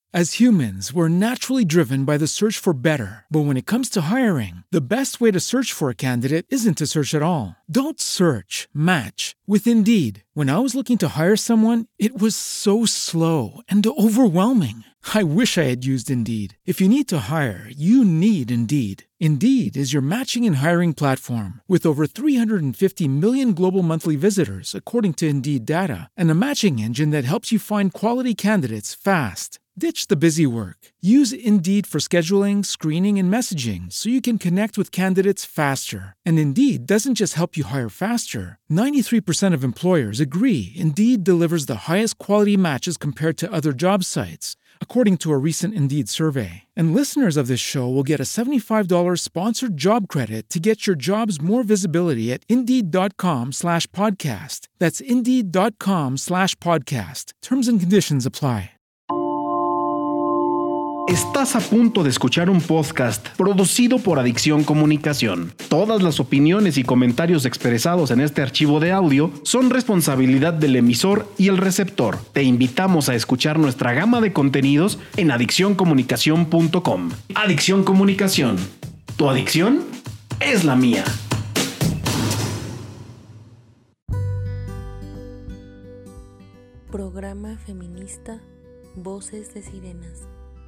As humans, we're naturally driven by the search for better. But when it comes to hiring, the best way to search for a candidate isn't to search at all. Don't search, match with Indeed. When I was looking to hire someone, it was so slow and overwhelming. I wish I had used Indeed. If you need to hire, you need Indeed. Indeed is your matching and hiring platform with over 350 million global monthly visitors, according to Indeed data, and a matching engine that helps you find quality candidates fast. Ditch the busy work. Use Indeed for scheduling, screening, and messaging so you can connect with candidates faster. And Indeed doesn't just help you hire faster. 93% of employers agree Indeed delivers the highest quality matches compared to other job sites, according to a recent Indeed survey. And listeners of this show will get a $75 sponsored job credit to get your jobs more visibility at Indeed.com/podcast. That's Indeed.com/podcast. Terms and conditions apply. Estás a punto de escuchar un podcast producido por Adicción Comunicación. Todas las opiniones y comentarios expresados en este archivo de audio son responsabilidad del emisor y el receptor. Te invitamos a escuchar nuestra gama de contenidos en adiccioncomunicación.com. Adicción Comunicación. ¿Tu adicción es la mía? Programa feminista Voces de Sirenas.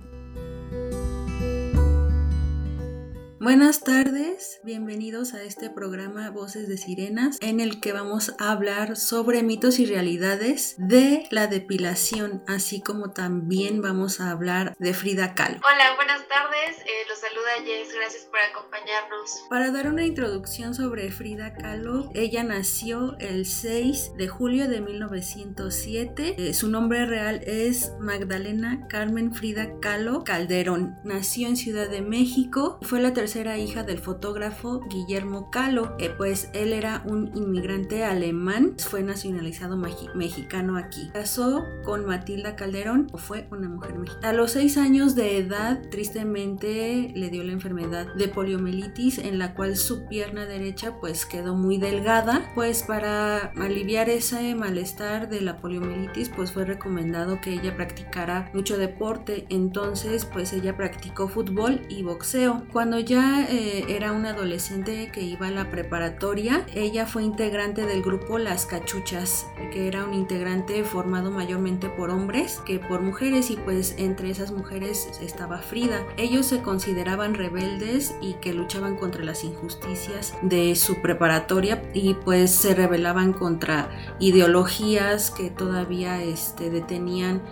Buenas tardes, bienvenidos a este programa Voces de Sirenas, en el que vamos a hablar sobre mitos y realidades de la depilación, así como también vamos a hablar de Frida Kahlo. Hola, buenas tardes, los saluda Jess, gracias por acompañarnos. Para dar una introducción sobre Frida Kahlo, ella nació el 6 de julio de 1907, su nombre real es Magdalena Carmen Frida Kahlo Calderón, nació en Ciudad de México, fue la tercera hija del fotógrafo Guillermo Kahlo, pues él era un inmigrante alemán, fue nacionalizado mexicano aquí. Casó con Matilda Calderón, fue una mujer mexicana. A los 6 años de edad, tristemente le dio la enfermedad de poliomielitis, en la cual su pierna derecha pues quedó muy delgada. Pues para aliviar ese malestar de la poliomielitis pues fue recomendado que ella practicara mucho deporte, entonces pues ella practicó fútbol y boxeo. Cuando ya era una adolescente que iba a la preparatoria, ella fue integrante del grupo Las Cachuchas, que era un integrante formado mayormente por hombres que por mujeres, y pues entre esas mujeres estaba Frida. Ellos se consideraban rebeldes y que luchaban contra las injusticias de su preparatoria y pues se rebelaban contra ideologías que todavía detenían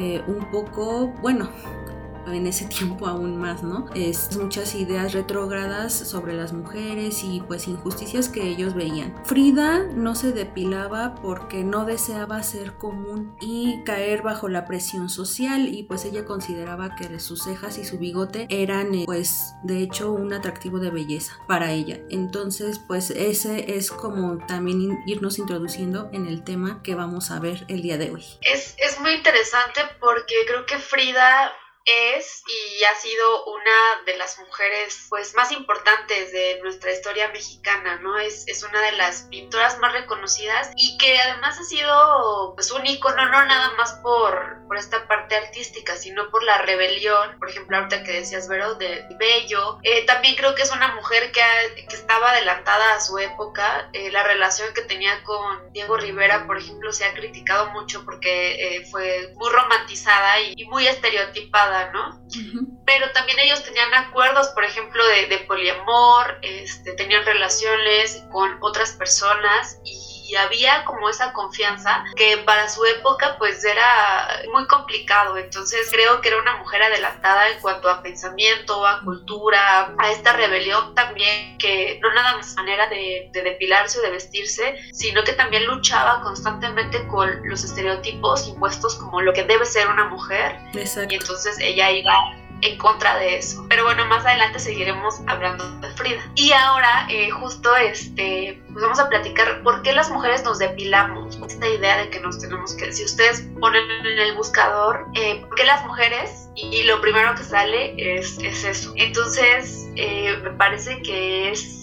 un poco, bueno, en ese tiempo aún más, ¿no? Muchas ideas retrógradas sobre las mujeres y pues injusticias que ellos veían. Frida no se depilaba porque no deseaba ser común y caer bajo la presión social, y pues ella consideraba que sus cejas y su bigote eran pues de hecho un atractivo de belleza para ella. Entonces pues ese es como también irnos introduciendo en el tema que vamos a ver el día de hoy. Es muy interesante porque creo que Frida es y ha sido una de las mujeres pues más importantes de nuestra historia mexicana, ¿no? Es una de las pintoras más reconocidas y que además ha sido pues un ícono, no nada más por esta parte artística, sino por la rebelión, por ejemplo ahorita que decías, Vero, de Bello. También creo que es una mujer que estaba adelantada a su época. La relación que tenía con Diego Rivera, por ejemplo, se ha criticado mucho porque fue muy romantizada y muy estereotipada, ¿no? Uh-huh. Pero también ellos tenían acuerdos, por ejemplo, de poliamor, tenían relaciones con otras personas y había como esa confianza que para su época pues era muy complicado. Entonces creo que era una mujer adelantada en cuanto a pensamiento, a cultura, a esta rebelión también, que no nada más manera de depilarse o de vestirse, sino que también luchaba constantemente con los estereotipos impuestos como lo que debe ser una mujer. Exacto. Y entonces ella iba en contra de eso. Pero bueno, más adelante seguiremos hablando de Frida. Y ahora justo pues vamos a platicar por qué las mujeres nos depilamos. Esta idea de que nos tenemos que, si ustedes ponen en el buscador por qué las mujeres, y lo primero que sale es eso. Entonces me parece que es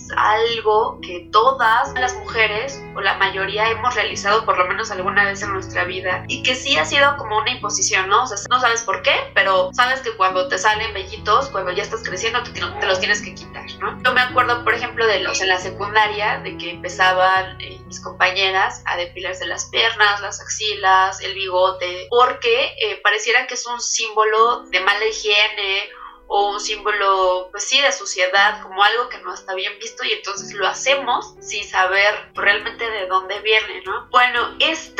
es algo que todas las mujeres o la mayoría hemos realizado por lo menos alguna vez en nuestra vida y que sí ha sido como una imposición, ¿no? O sea, no sabes por qué, pero sabes que cuando te salen vellitos, cuando ya estás creciendo, te los tienes que quitar, ¿no? Yo me acuerdo, por ejemplo, en la secundaria, de que empezaban mis compañeras a depilarse las piernas, las axilas, el bigote, porque pareciera que es un símbolo de mala higiene o un símbolo, pues sí, de suciedad, como algo que no está bien visto, y entonces lo hacemos sin saber realmente de dónde viene, ¿no? Bueno, este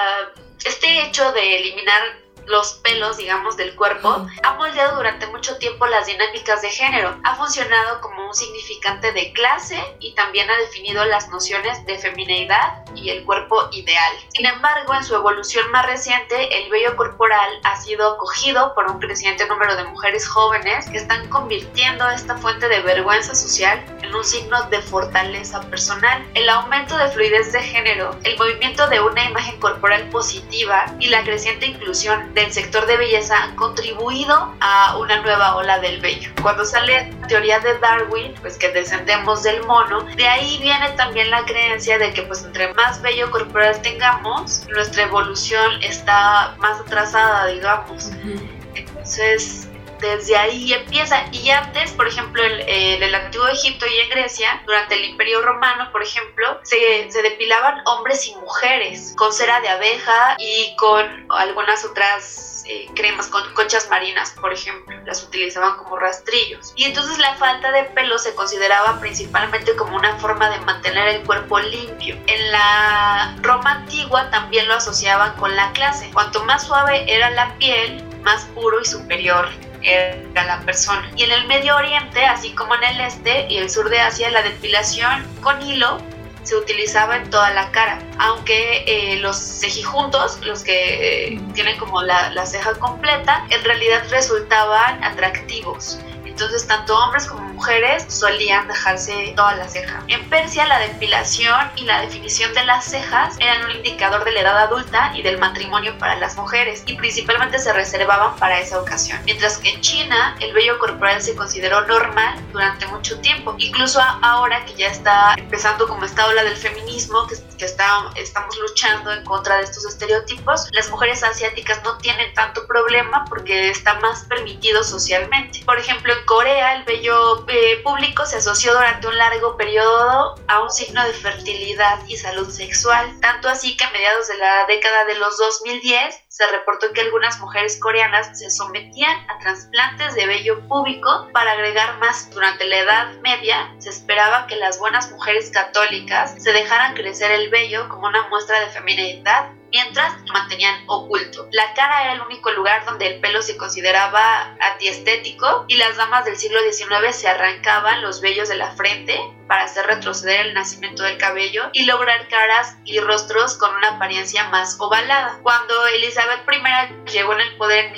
hecho de eliminar los pelos, digamos, del cuerpo, ha moldeado durante mucho tiempo las dinámicas de género, ha funcionado como un significante de clase y también ha definido las nociones de femineidad y el cuerpo ideal. Sin embargo, en su evolución más reciente, el vello corporal ha sido acogido por un creciente número de mujeres jóvenes que están convirtiendo esta fuente de vergüenza social en un signo de fortaleza personal. El aumento de fluidez de género, el movimiento de una imagen corporal positiva y la creciente inclusión del sector de belleza han contribuido a una nueva ola del vello. Cuando sale la teoría de Darwin, pues que descendemos del mono, de ahí viene también la creencia de que pues entre más vello corporal tengamos, nuestra evolución está más atrasada, digamos. Entonces, desde ahí empieza. Y antes, por ejemplo, en el antiguo Egipto y en Grecia, durante el Imperio Romano, por ejemplo, se depilaban hombres y mujeres con cera de abeja y con algunas otras cremas, con conchas marinas, por ejemplo. Las utilizaban como rastrillos. Y entonces la falta de pelo se consideraba principalmente como una forma de mantener el cuerpo limpio. En la Roma antigua también lo asociaban con la clase. Cuanto más suave era la piel, más puro y superior era la persona. Y en el Medio Oriente, así como en el este y el sur de Asia, la depilación con hilo se utilizaba en toda la cara, aunque los cejijuntos, los que tienen como la ceja completa, en realidad resultaban atractivos. Entonces tanto hombres como mujeres solían dejarse toda la ceja. En Persia la depilación y la definición de las cejas eran un indicador de la edad adulta y del matrimonio para las mujeres, y principalmente se reservaban para esa ocasión. Mientras que en China el vello corporal se consideró normal durante mucho tiempo. Incluso ahora que ya está empezando como esta ola del feminismo, que estamos luchando en contra de estos estereotipos, las mujeres asiáticas no tienen tanto problema porque está más permitido socialmente. Por ejemplo, en Corea el vello público se asoció durante un largo periodo a un signo de fertilidad y salud sexual, tanto así que a mediados de la década de los 2010 se reportó que algunas mujeres coreanas se sometían a trasplantes de vello púbico para agregar más. Durante la Edad Media se esperaba que las buenas mujeres católicas se dejaran crecer el vello como una muestra de feminidad, mientras lo mantenían oculto. La cara era el único lugar donde el pelo se consideraba antiestético, y las damas del siglo XIX se arrancaban los vellos de la frente para hacer retroceder el nacimiento del cabello y lograr caras y rostros con una apariencia más ovalada. Cuando Elizabeth I llegó en el poder en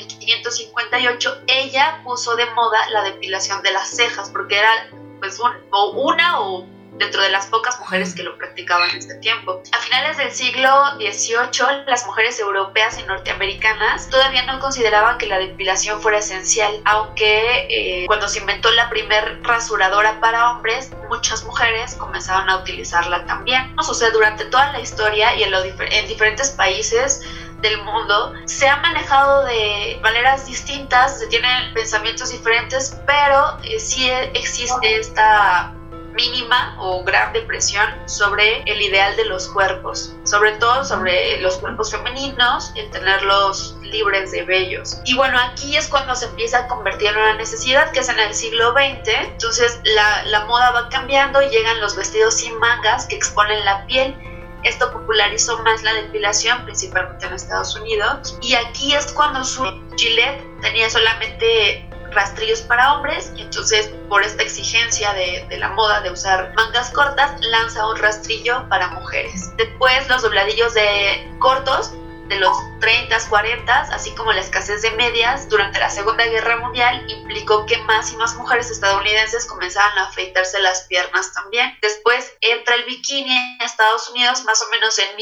1558, ella puso de moda la depilación de las cejas, porque era pues una o dentro de las pocas mujeres que lo practicaban en este tiempo. A finales del siglo XVIII, las mujeres europeas y norteamericanas todavía no consideraban que la depilación fuera esencial, aunque cuando se inventó la primer rasuradora para hombres, muchas mujeres comenzaron a utilizarla también. O sea, durante toda la historia y en diferentes países del mundo se ha manejado de maneras distintas, se tienen pensamientos diferentes, pero sí existe esta mínima o gran depresión sobre el ideal de los cuerpos, sobre todo sobre los cuerpos femeninos, el tenerlos libres de vellos. Y bueno, aquí es cuando se empieza a convertir en una necesidad, que es en el siglo XX. Entonces la moda va cambiando y llegan los vestidos sin mangas que exponen la piel. Esto popularizó más la depilación, principalmente en Estados Unidos, y aquí es cuando Gillette tenía solamente rastrillos para hombres, y entonces por esta exigencia de la moda de usar mangas cortas, lanza un rastrillo para mujeres. Después los dobladillos cortos de los 30s, 40s, así como la escasez de medias durante la Segunda Guerra Mundial implicó que más y más mujeres estadounidenses comenzaban a afeitarse las piernas también. Después entra el bikini a Estados Unidos más o menos en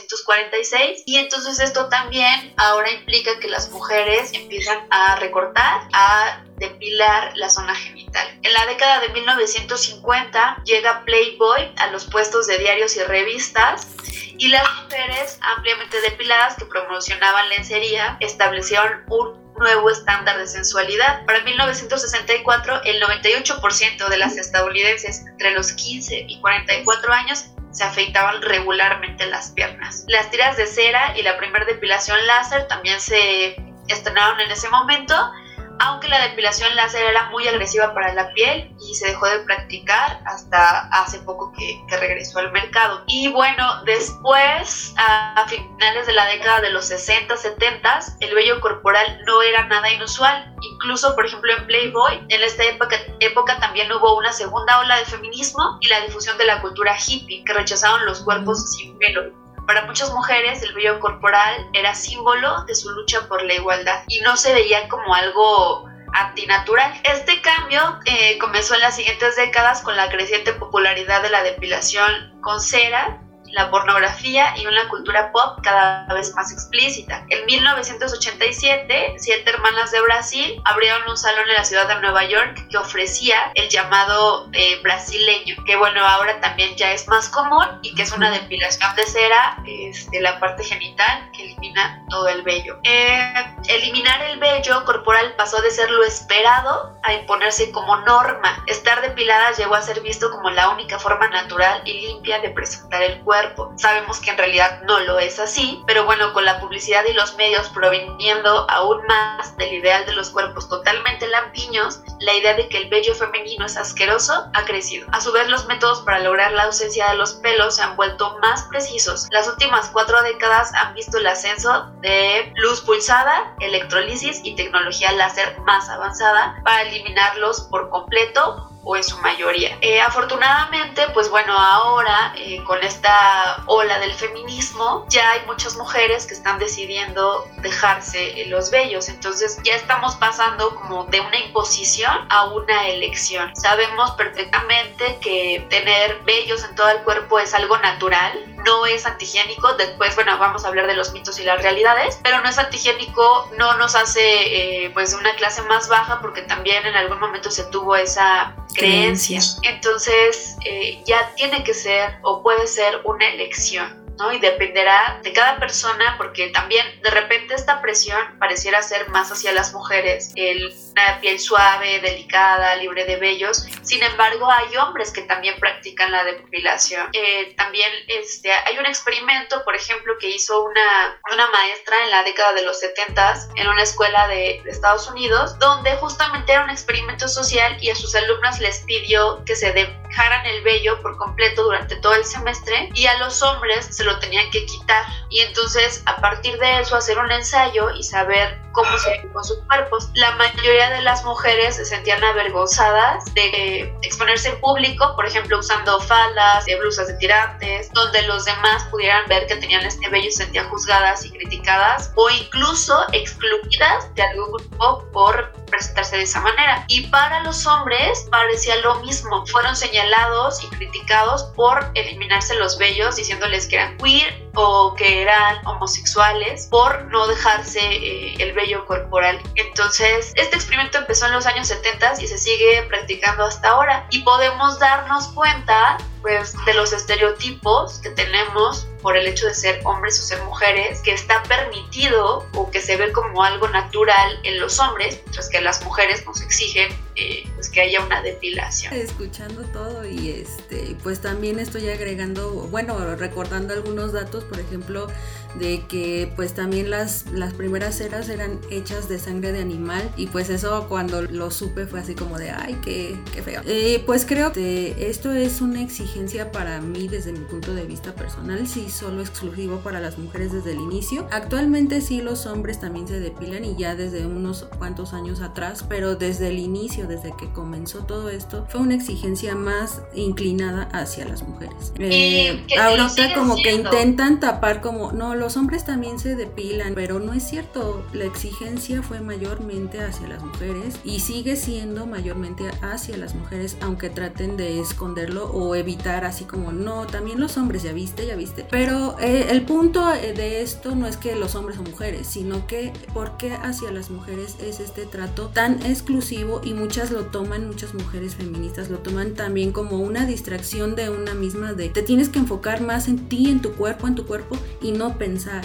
1946 y entonces esto también ahora implica que las mujeres empiezan a recortar, a depilar la zona genital. En la década de 1950 llega Playboy a los puestos de diarios y revistas y las mujeres ampliamente depiladas que promocionaban lencería establecieron un nuevo estándar de sensualidad. Para 1964, el 98% de las estadounidenses entre los 15 y 44 años se afeitaban regularmente las piernas. Las tiras de cera y la primera depilación láser también se estrenaron en ese momento, aunque la depilación láser era muy agresiva para la piel y se dejó de practicar hasta hace poco que regresó al mercado. Y bueno, después, a finales de la década de los 60, 70, el vello corporal no era nada inusual. Incluso, por ejemplo, en Playboy, en esta época también hubo una segunda ola de feminismo y la difusión de la cultura hippie, que rechazaron los cuerpos sin pelo. Para muchas mujeres el vello corporal era símbolo de su lucha por la igualdad y no se veía como algo antinatural. Este cambio comenzó en las siguientes décadas con la creciente popularidad de la depilación con cera, la pornografía y una cultura pop cada vez más explícita. En 1987, 7 hermanas de Brasil abrieron un salón en la ciudad de Nueva York que ofrecía el llamado brasileño, que bueno, ahora también ya es más común y que es una depilación de cera de la parte genital que elimina todo el vello. Eliminar el vello corporal pasó de ser lo esperado a imponerse como norma. Estar depilada llegó a ser visto como la única forma natural y limpia de presentar el cuerpo. Sabemos que en realidad no lo es así, pero bueno, con la publicidad y los medios proveniendo aún más del ideal de los cuerpos totalmente lampiños, la idea de que el vello femenino es asqueroso ha crecido. A su vez, los métodos para lograr la ausencia de los pelos se han vuelto más precisos. Las últimas 4 décadas han visto el ascenso de luz pulsada, electrolisis y tecnología láser más avanzada para eliminarlos por completo o en su mayoría. Afortunadamente, pues bueno, ahora con esta ola del feminismo ya hay muchas mujeres que están decidiendo dejarse los vellos, entonces ya estamos pasando como de una imposición a una elección. Sabemos perfectamente que tener vellos en todo el cuerpo es algo natural, no es antihigiénico. Después, bueno, vamos a hablar de los mitos y las realidades, pero no es antihigiénico, no nos hace pues una clase más baja porque también en algún momento se tuvo esa creencia. Entonces ya tiene que ser o puede ser una elección, ¿no? Y dependerá de cada persona, porque también de repente esta presión pareciera ser más hacia las mujeres, una piel suave, delicada, libre de vellos. Sin embargo, hay hombres que también practican la depilación. También hay un experimento, por ejemplo, que hizo una maestra en la década de los 70s en una escuela de Estados Unidos, donde justamente era un experimento social y a sus alumnas les pidió que se dejaran el vello por completo durante todo el semestre y a los hombres se lo tenían que quitar. Y entonces, a partir de eso, hacer un ensayo y saber cómo se ven con sus cuerpos. La mayoría de las mujeres se sentían avergonzadas de exponerse en público, por ejemplo, usando faldas, blusas de tirantes, donde los demás pudieran ver que tenían este vello y se sentían juzgadas y criticadas, o incluso excluidas de algún grupo por presentarse de esa manera. Y para los hombres parecía lo mismo, fueron señalados y criticados por eliminarse los vellos, diciéndoles que eran queer o que eran homosexuales por no dejarse el vello corporal. Entonces, este experimento empezó en los años 70 y se sigue practicando hasta ahora, y podemos darnos cuenta pues de los estereotipos que tenemos por el hecho de ser hombres o ser mujeres, que está permitido o que se ve como algo natural en los hombres, mientras que las mujeres nos exigen pues que haya una depilación. Escuchando todo y pues también estoy agregando, bueno, recordando algunos datos, por ejemplo, de que pues también las primeras ceras eran hechas de sangre de animal, y pues eso cuando lo supe fue así como de ay, qué feo. Pues creo que esto es una exigencia exigencia para mí, desde mi punto de vista personal, sí solo exclusivo para las mujeres desde el inicio. Actualmente sí los hombres también se depilan y ya desde unos cuantos años atrás, pero desde el inicio, desde que comenzó todo esto, fue una exigencia más inclinada hacia las mujeres. Ahorita como que intentan tapar como, no, los hombres también se depilan, pero no es cierto. La exigencia fue mayormente hacia las mujeres y sigue siendo mayormente hacia las mujeres, aunque traten de esconderlo o evitar así como, no, también los hombres, ya viste. Pero el punto de esto no es que los hombres o mujeres, sino que por qué hacia las mujeres es este trato tan exclusivo, y muchas mujeres feministas lo toman también como una distracción de una misma, de te tienes que enfocar más en ti, en tu cuerpo y no pensar,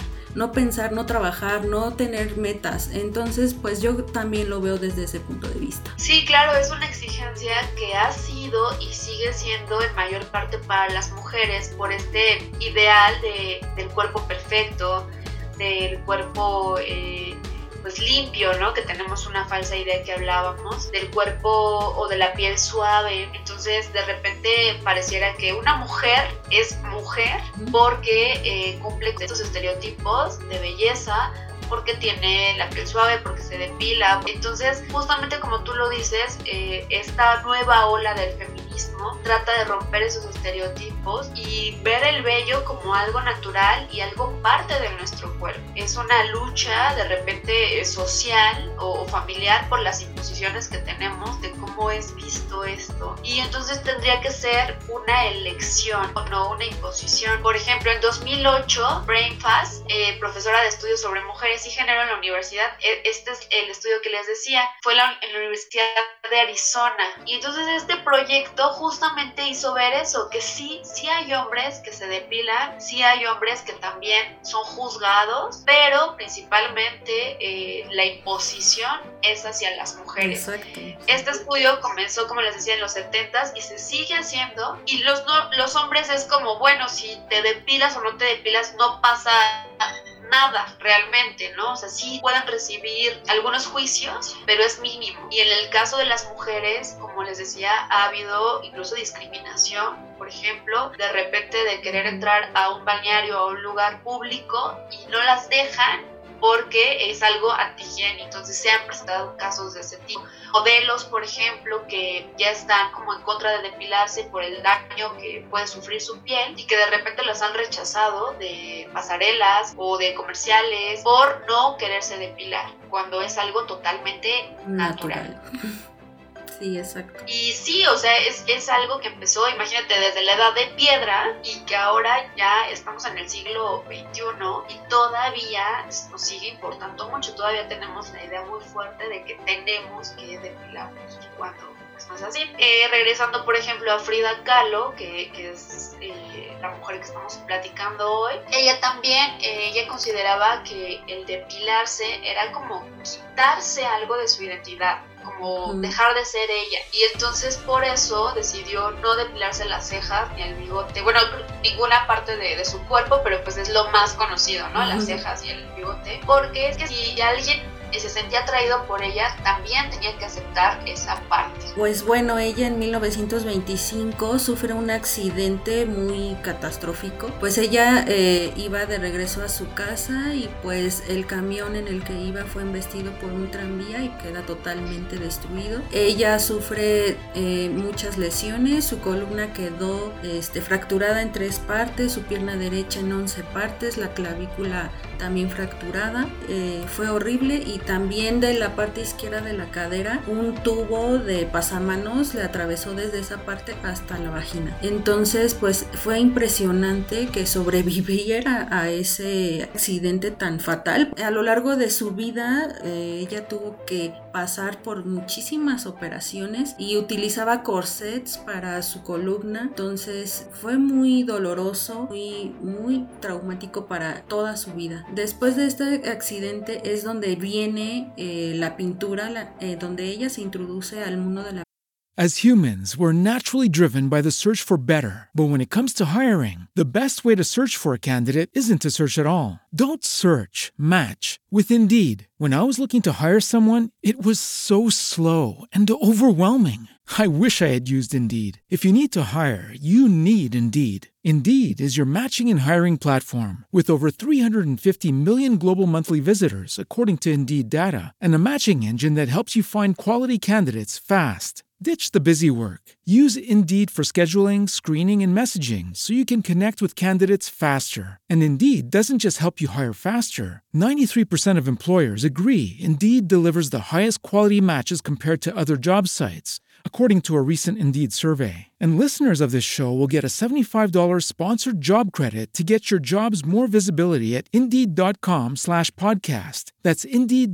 no trabajar, no tener metas. Entonces pues yo también lo veo desde ese punto de vista. Sí, claro, es una exigencia que ha sido y sigue siendo en mayor parte para las mujeres por este ideal del cuerpo perfecto, del cuerpo pues limpio, ¿no? Que tenemos una falsa idea que hablábamos del cuerpo o de la piel suave. Entonces de repente pareciera que una mujer es mujer porque cumple estos estereotipos de belleza, porque tiene la piel suave, porque se depila. Entonces, justamente como tú lo dices, esta nueva ola del feminismo trata de romper esos estereotipos y ver el vello como algo natural y algo parte de nuestro cuerpo. Es una lucha de repente social o familiar por las imposiciones que tenemos de cómo es visto esto. Y entonces tendría que ser una elección, o no una imposición. Por ejemplo, en 2008, Brain Fast, profesora de estudios sobre mujeres y género en la universidad, este es el estudio que les decía, fue en la Universidad de Arizona, y entonces este proyecto justamente hizo ver eso, que sí hay hombres que se depilan, sí hay hombres que también son juzgados, pero principalmente la imposición es hacia las mujeres. Exacto. Este estudio comenzó, como les decía, en los 70s y se sigue haciendo, y los hombres es como, bueno, si te depilas o no te depilas no pasa nada realmente, ¿no? O sea, sí pueden recibir algunos juicios, pero es mínimo. Y en el caso de las mujeres, como les decía, ha habido incluso discriminación, por ejemplo, de repente de querer entrar a un balneario o a un lugar público y no las dejan porque es algo antihigiénico. Entonces se han presentado casos de ese tipo. Modelos, por ejemplo, que ya están como en contra de depilarse por el daño que puede sufrir su piel y que de repente los han rechazado de pasarelas o de comerciales por no quererse depilar, cuando es algo totalmente natural. Sí, exacto. Y sí, o sea, es algo que empezó, imagínate, desde la edad de piedra y que ahora ya estamos en el siglo XXI y todavía nos sigue importando mucho. Todavía tenemos la idea muy fuerte de que tenemos que depilarnos cuando no es así. Regresando, por ejemplo, a Frida Kahlo, que es la mujer que estamos platicando hoy, ella también, ella consideraba que el depilarse era como quitarse algo de su identidad, como dejar de ser ella, y entonces por eso decidió no depilarse las cejas ni el bigote, bueno, ninguna parte de su cuerpo, pero pues es lo más conocido, ¿no? Las cejas y el bigote, porque es que si alguien se sentía atraído por ella, también tenía que aceptar esa parte. Pues bueno, ella en 1925 sufre un accidente muy catastrófico. Pues ella iba de regreso a su casa y pues el camión en el que iba fue embestido por un tranvía y queda totalmente destruido. Ella sufre muchas lesiones, su columna quedó fracturada en 3 partes, su pierna derecha en 11 partes, la clavícula también fracturada. Fue horrible. Y también de la parte izquierda de la cadera, un tubo de pasamanos le atravesó desde esa parte hasta la vagina. Entonces pues fue impresionante que sobreviviera a ese accidente tan fatal. A lo largo de su vida ella tuvo que pasar por muchísimas operaciones y utilizaba corsets para su columna. Entonces fue muy doloroso, muy traumático para toda su vida. Después de este accidente es donde viene la pintura, donde ella se introduce al mundo de la As humans, we're naturally driven by the search for better. But when it comes to hiring, the best way to search for a candidate isn't to search at all. Don't search, match with Indeed. When I was looking to hire someone, it was so slow and overwhelming. I wish I had used Indeed. If you need to hire, you need Indeed. Indeed is your matching and hiring platform with over 350 million global monthly visitors, according to Indeed data, and a matching engine that helps you find quality candidates fast. Ditch the busy work. Use Indeed for scheduling, screening, and messaging so you can connect with candidates faster. And Indeed doesn't just help you hire faster. 93% of employers agree Indeed delivers the highest quality matches compared to other job sites, according to a recent Indeed survey. And listeners of this show will get a $75 sponsored job credit to get your jobs more visibility at Indeed.com/podcast. That's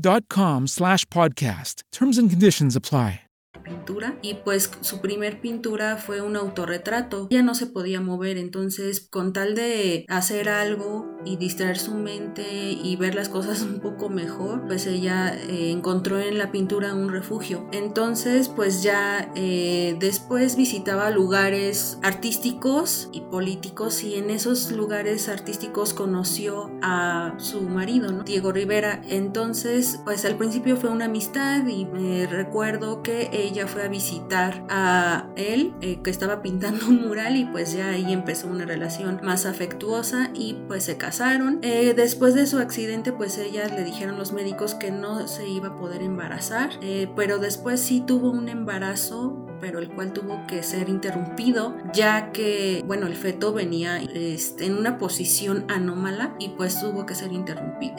Indeed.com/podcast. Terms and conditions apply. Pintura, y pues su primer pintura fue un autorretrato. Ella no se podía mover, entonces con tal de hacer algo y distraer su mente y ver las cosas un poco mejor, pues ella encontró en la pintura un refugio. Entonces pues ya después visitaba lugares artísticos y políticos, y en esos lugares artísticos conoció a su marido, ¿no? Diego Rivera. Entonces pues al principio fue una amistad, y recuerdo que ella fue a visitar a él, que estaba pintando un mural, y pues ya ahí empezó una relación más afectuosa y pues se casaron. Después de su accidente pues ella le dijeron los médicos que no se iba a poder embarazar, pero después sí tuvo un embarazo, pero el cual tuvo que ser interrumpido, ya que bueno, el feto venía en una posición anómala y pues tuvo que ser interrumpido.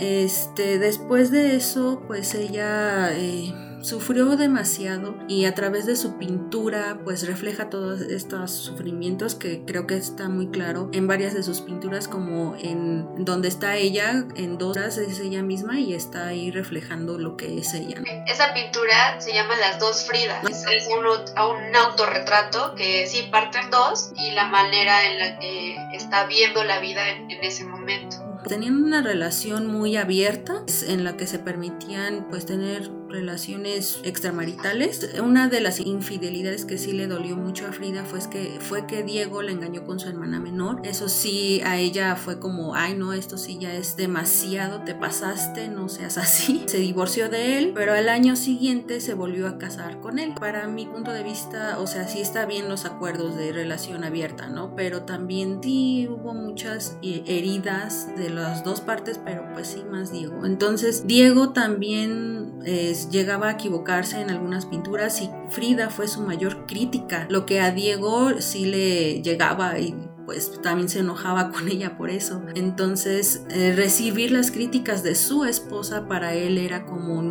Después de eso pues ella sufrió demasiado, y a través de su pintura pues refleja todos estos sufrimientos, que creo que está muy claro en varias de sus pinturas, como en donde está ella, en dos es ella misma y está ahí reflejando lo que es ella, ¿no? Esa pintura se llama Las dos Fridas. Es un autorretrato que sí parte en dos, y la manera en la que está viendo la vida en ese momento. Tenían una relación muy abierta en la que se permitían pues tener relaciones extramaritales. Una de las infidelidades que sí le dolió mucho a Frida fue que Diego la engañó con su hermana menor. Eso sí, a ella fue como, ay no, esto sí ya es demasiado, te pasaste, no seas así. Se divorció de él, pero al año siguiente se volvió a casar con él. Para mi punto de vista, o sea, sí está bien los acuerdos de relación abierta, ¿no? Pero también sí hubo muchas heridas de las dos partes, pero pues sí más Diego. Entonces Diego también llegaba a equivocarse en algunas pinturas, y Frida fue su mayor crítica, lo que a Diego sí le llegaba, y pues también se enojaba con ella por eso. Entonces recibir las críticas de su esposa para él era como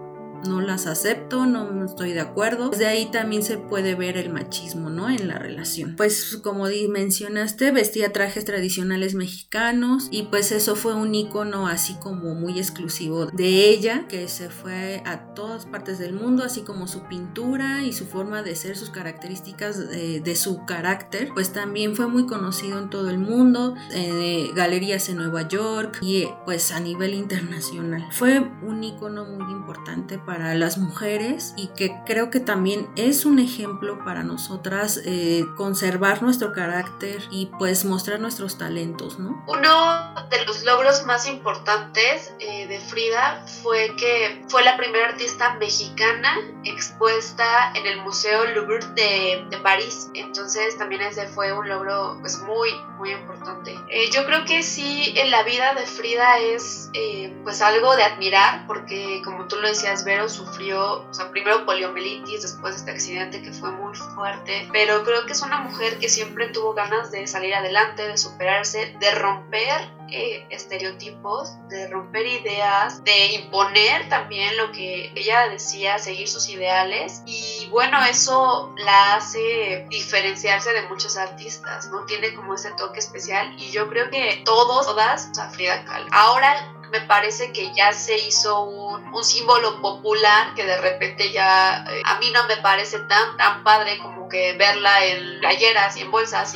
no las acepto, no estoy de acuerdo. Desde ahí también se puede ver el machismo, ¿no? En la relación. Pues como mencionaste, vestía trajes tradicionales mexicanos, y pues eso fue un ícono así como muy exclusivo de ella, que se fue a todas partes del mundo, así como su pintura y su forma de ser, sus características de su carácter, pues también fue muy conocido en todo el mundo, galerías en Nueva York y pues a nivel internacional. Fue un ícono muy importante para las mujeres, y que creo que también es un ejemplo para nosotras, conservar nuestro carácter y pues mostrar nuestros talentos, ¿no? Uno de los logros más importantes de Frida fue que fue la primera artista mexicana expuesta en el Museo Louvre de París. Entonces también ese fue un logro pues muy muy importante. Yo creo que sí, en la vida de Frida es pues algo de admirar, porque como tú lo decías, Vero sufrió, o sea, primero poliomielitis, después este accidente que fue muy fuerte, pero creo que es una mujer que siempre tuvo ganas de salir adelante, de superarse, de romper estereotipos, de romper ideas, de imponer también lo que ella decía, seguir sus ideales, y bueno, eso la hace diferenciarse de muchos artistas, ¿no? Tiene como ese toque especial, y yo creo que todas, o sea, Frida Kahlo. Ahora me parece que ya se hizo un símbolo popular, que de repente ya a mí no me parece tan padre como que verla en playeras y en bolsas y en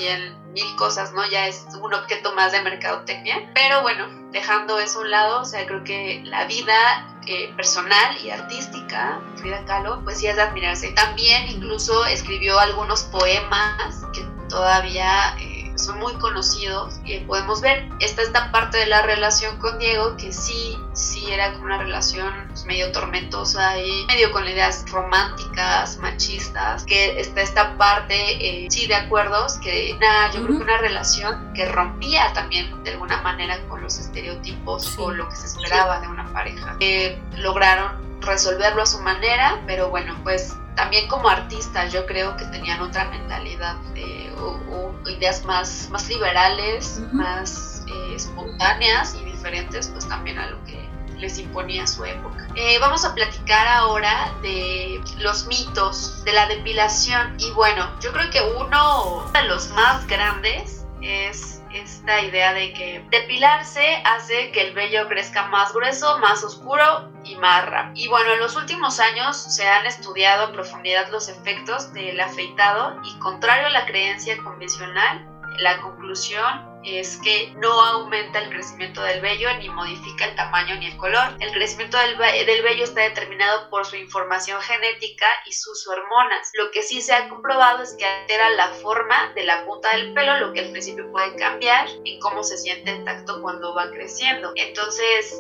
mil cosas, ¿no? Ya es un objeto más de mercadotecnia. Pero bueno, dejando eso a un lado, o sea, creo que la vida personal y artística de Frida Kahlo, pues sí es de admirarse. También incluso escribió algunos poemas que todavía son muy conocidos y podemos ver esta parte de la relación con Diego, que sí era como una relación pues, medio tormentosa y medio con ideas románticas, machistas, que está esta parte sí de acuerdos, que yo creo que una relación que rompía también de alguna manera con los estereotipos o lo que se esperaba de una pareja. Lograron resolverlo a su manera, pero bueno, pues también como artistas yo creo que tenían otra mentalidad o ideas más liberales, más espontáneas y diferentes pues también a lo que les imponía su época. Vamos a platicar ahora de los mitos de la depilación y bueno, yo creo que uno de los más grandes es esta idea de que depilarse hace que el vello crezca más grueso, más oscuro y más rápido. Y bueno, en los últimos años se han estudiado en profundidad los efectos del afeitado y contrario a la creencia convencional, la conclusión es que no aumenta el crecimiento del vello ni modifica el tamaño ni el color. El crecimiento del vello está determinado por su información genética y sus hormonas. Lo que sí se ha comprobado es que altera la forma de la punta del pelo, lo que al principio puede cambiar en cómo se siente el tacto cuando va creciendo. Entonces,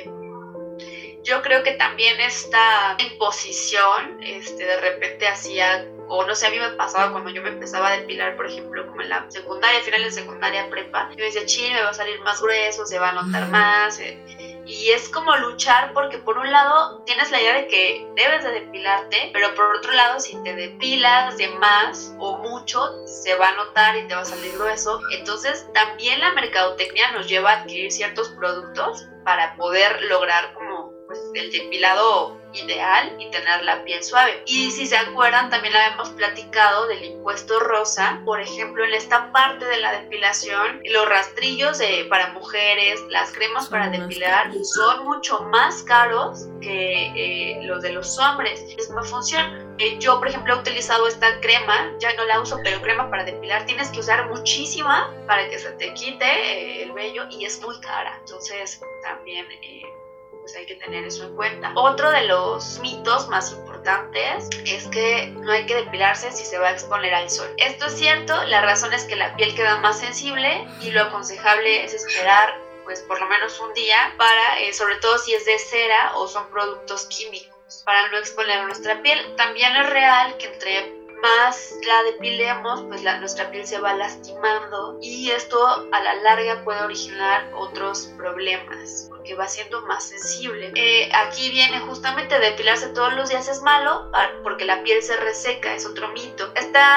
yo creo que también esta imposición de repente hacía, o no sé, a mí me pasaba cuando yo me empezaba a depilar, por ejemplo, como en la secundaria, final de secundaria, prepa, yo decía, me va a salir más grueso, se va a notar más, y es como luchar porque por un lado tienes la idea de que debes de depilarte, pero por otro lado si te depilas de más o mucho, se va a notar y te va a salir grueso. Entonces también la mercadotecnia nos lleva a adquirir ciertos productos para poder lograr como pues, el depilado ideal y tener la piel suave. Y si se acuerdan, también habíamos platicado del impuesto rosa. Por ejemplo, en esta parte de la depilación, los rastrillos para mujeres, las cremas para depilar son mucho más caros que los de los hombres. Misma función. Yo, por ejemplo, he utilizado esta crema, ya no la uso, pero crema para depilar tienes que usar muchísima para que se te quite el vello y es muy cara. Entonces, también pues hay que tener eso en cuenta. Otro de los mitos más importantes es que no hay que depilarse si se va a exponer al sol. Esto es cierto, la razón es que la piel queda más sensible y lo aconsejable es esperar pues por lo menos un día para, sobre todo si es de cera o son productos químicos, para no exponer nuestra piel. También es real que entre más la depilemos, pues nuestra piel se va lastimando y esto a la larga puede originar otros problemas porque va siendo más sensible. Aquí viene justamente depilarse todos los días es malo porque la piel se reseca, es otro mito.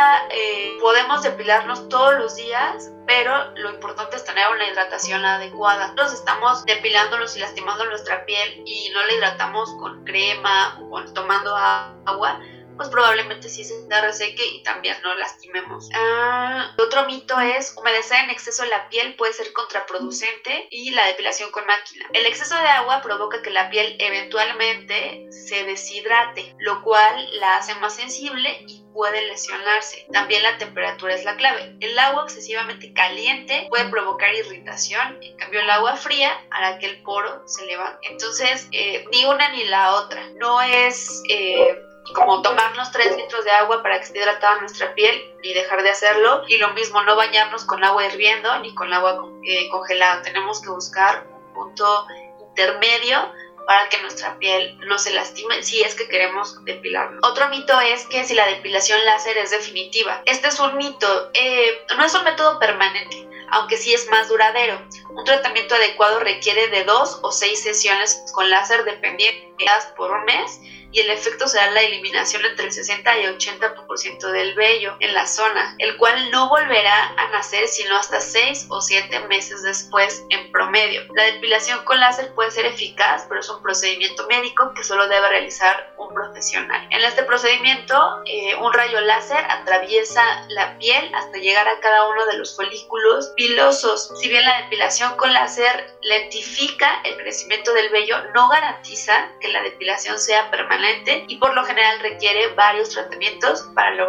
Podemos depilarnos todos los días, pero lo importante es tener una hidratación adecuada. Nos estamos depilándonos y lastimando nuestra piel y no la hidratamos con crema o tomando agua, pues probablemente sí se reseque y también no lastimemos. Otro mito es humedecer en exceso la piel puede ser contraproducente y la depilación con máquina. El exceso de agua provoca que la piel eventualmente se deshidrate, lo cual la hace más sensible y puede lesionarse. También la temperatura es la clave. El agua excesivamente caliente puede provocar irritación, en cambio el agua fría hará que el poro se levante. Entonces, ni una ni la otra. No es como tomarnos 3 litros de agua para que esté hidratada nuestra piel y dejar de hacerlo, y lo mismo no bañarnos con agua hirviendo ni con agua congelada. Tenemos que buscar un punto intermedio para que nuestra piel no se lastime si es que queremos depilarnos. Otro mito es que si la depilación láser es definitiva. Este es un mito, no es un método permanente, aunque sí es más duradero. Un tratamiento adecuado requiere de 2 o 6 sesiones con láser dependiendo por un mes, y el efecto será la eliminación entre el 60 y 80% del vello en la zona, el cual no volverá a nacer sino hasta 6 o 7 meses después en promedio. La depilación con láser puede ser eficaz, pero es un procedimiento médico que solo debe realizar un profesional. En este procedimiento, un rayo láser atraviesa la piel hasta llegar a cada uno de los folículos pilosos. Si bien la depilación con láser lentifica el crecimiento del vello, no garantiza que la depilación sea permanente y por lo general requiere varios tratamientos para lograr un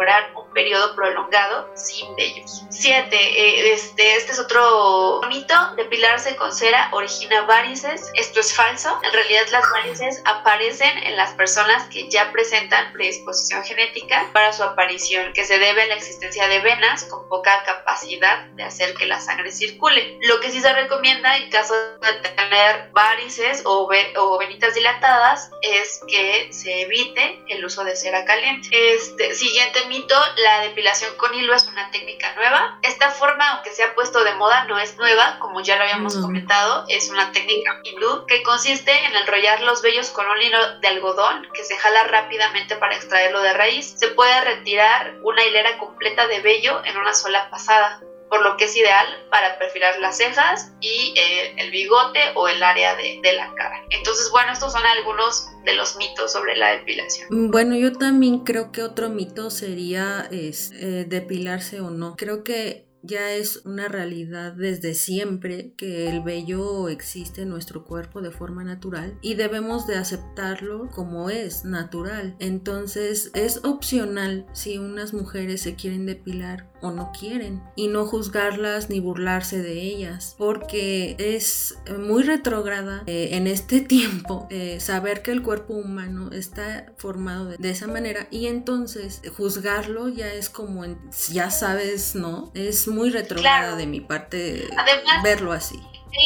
un periodo prolongado sin vellos. 7. Este es otro mito: depilarse con cera origina varices. Esto es falso. En realidad las varices aparecen en las personas que ya presentan predisposición genética para su aparición, que se debe a la existencia de venas con poca capacidad de hacer que la sangre circule. Lo que sí se recomienda en caso de tener varices o venitas dilatadas es que se evite el uso de cera caliente. Siguiente mito: la depilación con hilo es una técnica nueva. Esta forma, aunque se ha puesto de moda, no es nueva, como ya lo habíamos comentado. Es una técnica hindú que consiste en enrollar los vellos con un hilo de algodón que se jala rápidamente para extraerlo de raíz. Se puede retirar una hilera completa de vello en una sola pasada, por lo que es ideal para perfilar las cejas y el bigote o el área de la cara. Entonces, bueno, estos son algunos de los mitos sobre la depilación. Bueno, yo también creo que otro mito sería depilarse o no. Creo que ya es una realidad desde siempre que el vello existe en nuestro cuerpo de forma natural y debemos de aceptarlo como es natural. Entonces es opcional si unas mujeres se quieren depilar o no quieren, y no juzgarlas ni burlarse de ellas, porque es muy retrógrada en este tiempo saber que el cuerpo humano está formado de esa manera, y entonces juzgarlo ya es como ya sabes, ¿no? Es muy retrógrada, claro, de mi parte. Además, verlo así.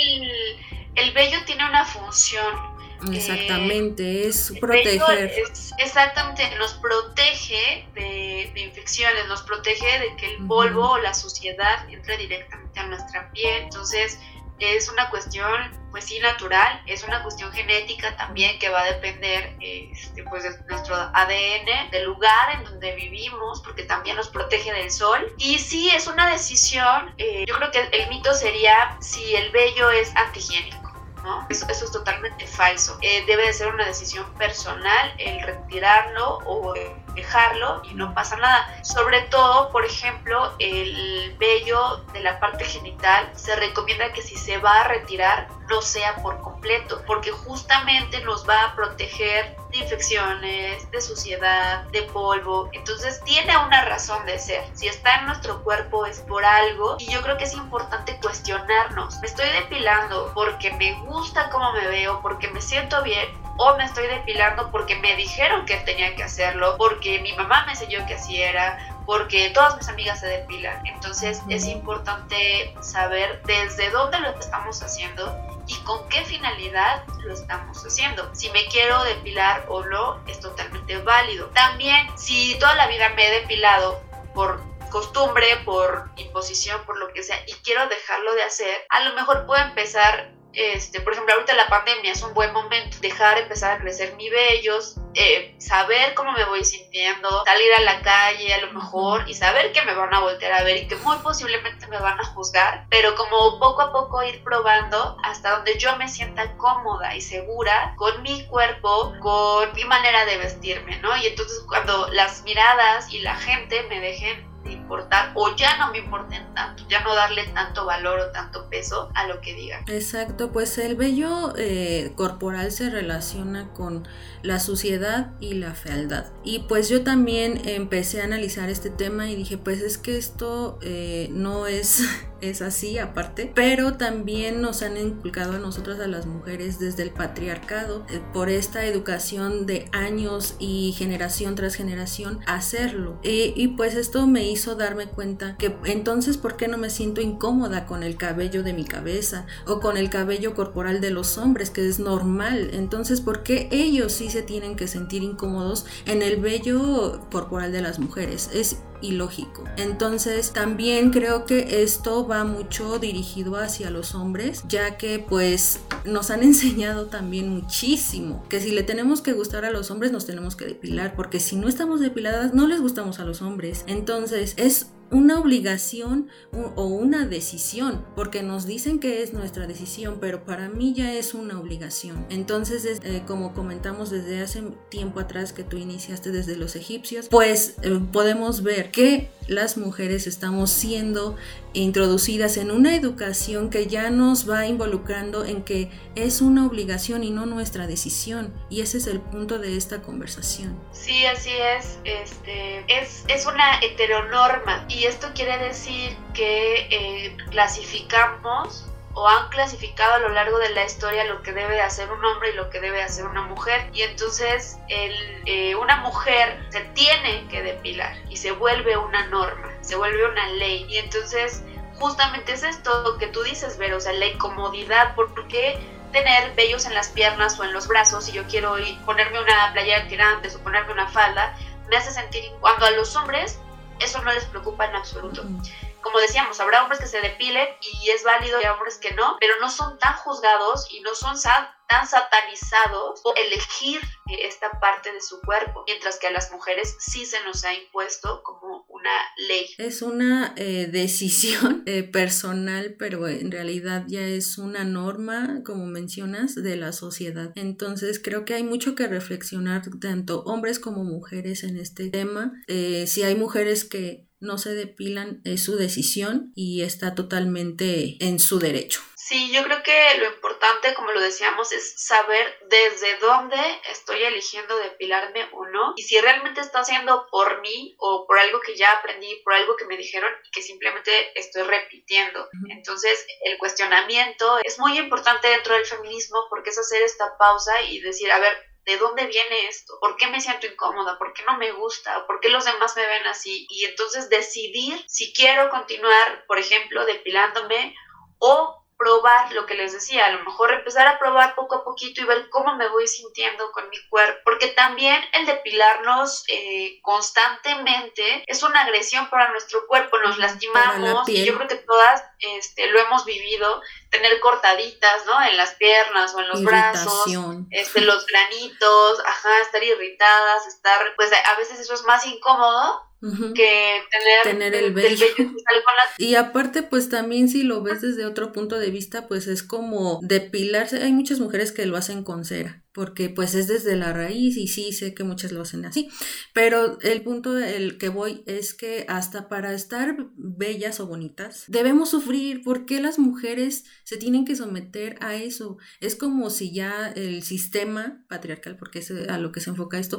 El vello tiene una función. Exactamente, es proteger. Exactamente, nos protege de infecciones, nos protege de que el polvo o la suciedad entre directamente a nuestra piel. Entonces es una cuestión, pues sí, natural, es una cuestión genética también, que va a depender pues de nuestro ADN, del lugar en donde vivimos, porque también nos protege del sol. Y sí, es una decisión. Yo creo que el mito sería si el vello es antihigiénico, ¿no? Eso es totalmente falso. Debe de ser una decisión personal el retirarlo o dejarlo y no pasa nada. Sobre todo, por ejemplo, el vello de la parte genital se recomienda que si se va a retirar no sea por completo, porque justamente nos va a proteger de infecciones, de suciedad, de polvo. Entonces tiene una razón de ser. Si está en nuestro cuerpo es por algo, y yo creo que es importante cuestionarnos: ¿me estoy depilando porque me gusta cómo me veo, porque me siento bien, o me estoy depilando porque me dijeron que tenía que hacerlo, porque mi mamá me enseñó que así era, porque todas mis amigas se depilan? Entonces es importante saber desde dónde lo estamos haciendo y con qué finalidad lo estamos haciendo. Si me quiero depilar o no, es totalmente válido. También, si toda la vida me he depilado por costumbre, por imposición, por lo que sea, y quiero dejarlo de hacer, a lo mejor puedo empezar, por ejemplo, ahorita la pandemia es un buen momento, empezar a crecer mis vellos, saber cómo me voy sintiendo, salir a la calle a lo mejor y saber que me van a voltear a ver y que muy posiblemente me van a juzgar, pero como poco a poco ir probando hasta donde yo me sienta cómoda y segura con mi cuerpo, con mi manera de vestirme, ¿no? Y entonces cuando las miradas y la gente me dejen de importar, o ya no me importen tanto, ya no darle tanto valor o tanto peso a lo que digan. Exacto, pues el vello corporal se relaciona con la suciedad y la fealdad, y pues yo también empecé a analizar este tema y dije, pues es que esto no es así aparte, pero también nos han inculcado a nosotras, a las mujeres, desde el patriarcado, por esta educación de años y generación tras generación, hacerlo, y pues esto me hizo darme cuenta que entonces ¿por qué no me siento incómoda con el cabello de mi cabeza o con el cabello corporal de los hombres, que es normal? Entonces ¿por qué ellos sí se tienen que sentir incómodos en el vello corporal de las mujeres? Es ilógico. Entonces también creo que esto va mucho dirigido hacia los hombres, ya que pues nos han enseñado también muchísimo que si le tenemos que gustar a los hombres nos tenemos que depilar, porque si no estamos depiladas no les gustamos a los hombres. Entonces es una obligación o una decisión, porque nos dicen que es nuestra decisión, pero para mí ya es una obligación. Entonces, como comentamos desde hace tiempo atrás que tú iniciaste desde los egipcios, pues podemos ver que las mujeres estamos siendo introducidas en una educación que ya nos va involucrando en que es una obligación y no nuestra decisión, y ese es el punto de esta conversación. Sí, así es. Es una heteronorma, y esto quiere decir que clasificamos o han clasificado a lo largo de la historia lo que debe hacer un hombre y lo que debe hacer una mujer, y entonces una mujer se tiene que depilar y se vuelve una norma, se vuelve una ley, y entonces justamente es esto que tú dices, Vero, o sea, la incomodidad. ¿Por qué tener vellos en las piernas o en los brazos si yo quiero ponerme una playera de tirantes o ponerme una falda? Me hace sentir, cuando a los hombres eso no les preocupa en absoluto. Como decíamos, habrá hombres que se depilen y es válido, y hombres que no, pero no son tan juzgados y no son tan satanizados por elegir esta parte de su cuerpo, mientras que a las mujeres sí se nos ha impuesto como una ley. Es una decisión personal, pero en realidad ya es una norma, como mencionas, de la sociedad. Entonces creo que hay mucho que reflexionar, tanto hombres como mujeres, en este tema. Si hay mujeres que no se depilan, es su decisión y está totalmente en su derecho. Sí, yo creo que lo importante, como lo decíamos, es saber desde dónde estoy eligiendo depilarme o no, y si realmente está haciendo por mí o por algo que ya aprendí, por algo que me dijeron y que simplemente estoy repitiendo. Entonces, el cuestionamiento es muy importante dentro del feminismo, porque es hacer esta pausa y decir, a ver, ¿de dónde viene esto? ¿Por qué me siento incómoda? ¿Por qué no me gusta? ¿Por qué los demás me ven así? Y entonces decidir si quiero continuar, por ejemplo, depilándome, o probar lo que les decía, a lo mejor empezar a probar poco a poquito y ver cómo me voy sintiendo con mi cuerpo, porque también el depilarnos constantemente es una agresión para nuestro cuerpo, nos lastimamos, y yo creo que todas lo hemos vivido, tener cortaditas, ¿no? En las piernas o en los brazos, los granitos, estar irritadas, pues a veces eso es más incómodo que tener el vello. Y aparte, pues también si lo ves desde otro punto de vista, pues es como depilarse. Hay muchas mujeres que lo hacen con cera, porque pues es desde la raíz, y sí sé que muchas lo hacen así, pero el punto del que voy es que hasta para estar bellas o bonitas debemos sufrir. ¿Por qué las mujeres se tienen que someter a eso? Es como si ya el sistema patriarcal, porque es a lo que se enfoca esto,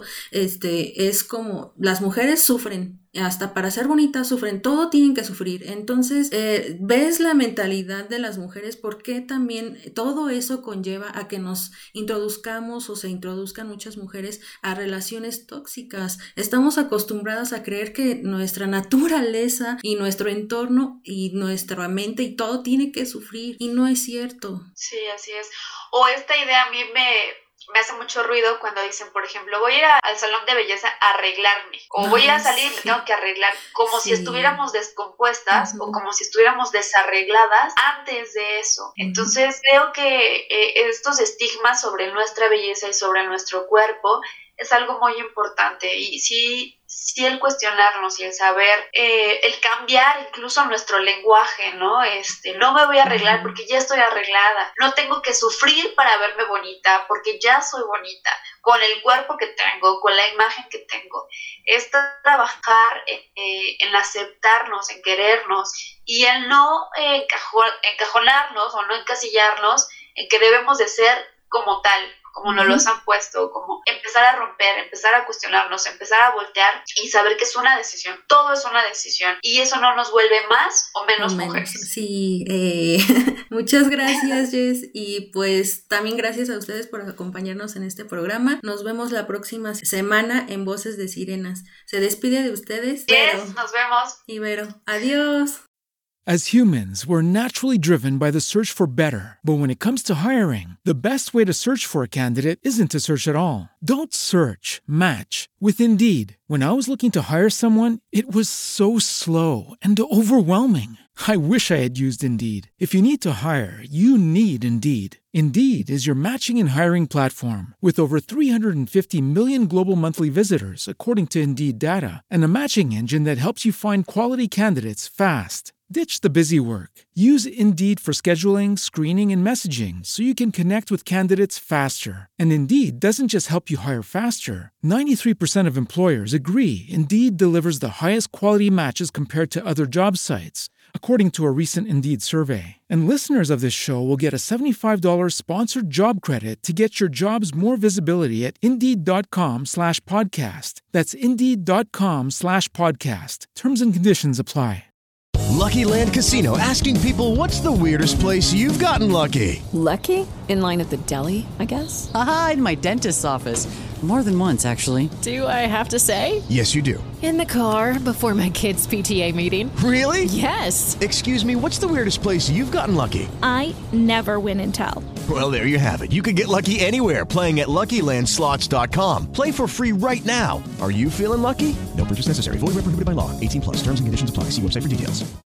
es como las mujeres sufren, hasta para ser bonitas sufren, todo tienen que sufrir. Entonces ves la mentalidad de las mujeres, porque también todo eso conlleva a que nos introduzcamos o se introduzcan muchas mujeres a relaciones tóxicas. Estamos acostumbradas a creer que nuestra naturaleza y nuestro entorno y nuestra mente y todo tiene que sufrir, y no es cierto. Sí, así es. O esta idea a mí me hace mucho ruido cuando dicen, por ejemplo, voy a ir al salón de belleza a arreglarme, o voy a salir y me tengo que arreglar, como si estuviéramos descompuestas o como si estuviéramos desarregladas antes de eso. Entonces creo que estos estigmas sobre nuestra belleza y sobre nuestro cuerpo es algo muy importante, y sí el cuestionarnos y el saber, el cambiar incluso nuestro lenguaje, ¿no? No me voy a arreglar porque ya estoy arreglada, no tengo que sufrir para verme bonita porque ya soy bonita, con el cuerpo que tengo, con la imagen que tengo. Es trabajar en aceptarnos, en querernos, y en no encajonarnos o no encasillarnos en que debemos de ser como tal, como nos los han puesto, como empezar a romper, empezar a cuestionarnos, empezar a voltear y saber que es una decisión, todo es una decisión, y eso no nos vuelve más o menos mujeres. Sí, muchas gracias, Jess, y pues también gracias a ustedes por acompañarnos en este programa. Nos vemos la próxima semana en Voces de Sirenas. Se despide de ustedes Jess, nos vemos. Y Vero, adiós. As humans, we're naturally driven by the search for better. But when it comes to hiring, the best way to search for a candidate isn't to search at all. Don't search, match with Indeed. When I was looking to hire someone, it was so slow and overwhelming. I wish I had used Indeed. If you need to hire, you need Indeed. Indeed is your matching and hiring platform with over 350 million global monthly visitors, according to Indeed data, and a matching engine that helps you find quality candidates fast. Ditch the busy work. Use Indeed for scheduling, screening, and messaging so you can connect with candidates faster. And Indeed doesn't just help you hire faster. 93% of employers agree Indeed delivers the highest quality matches compared to other job sites, according to a recent Indeed survey. And listeners of this show will get a $75 sponsored job credit to get your jobs more visibility at Indeed.com/podcast. That's Indeed.com/podcast. Terms and conditions apply. Lucky Land Casino, asking people, what's the weirdest place you've gotten lucky? Lucky? In line at the deli, I guess? Aha, in my dentist's office. More than once, actually. Do I have to say? Yes, you do. In the car before my kids' PTA meeting. Really? Yes. Excuse me, what's the weirdest place you've gotten lucky? I never win and tell. Well, there you have it. You can get lucky anywhere, playing at LuckyLandSlots.com. Play for free right now. Are you feeling lucky? No purchase necessary. Void where prohibited by law. 18+. Terms and conditions apply. See website for details.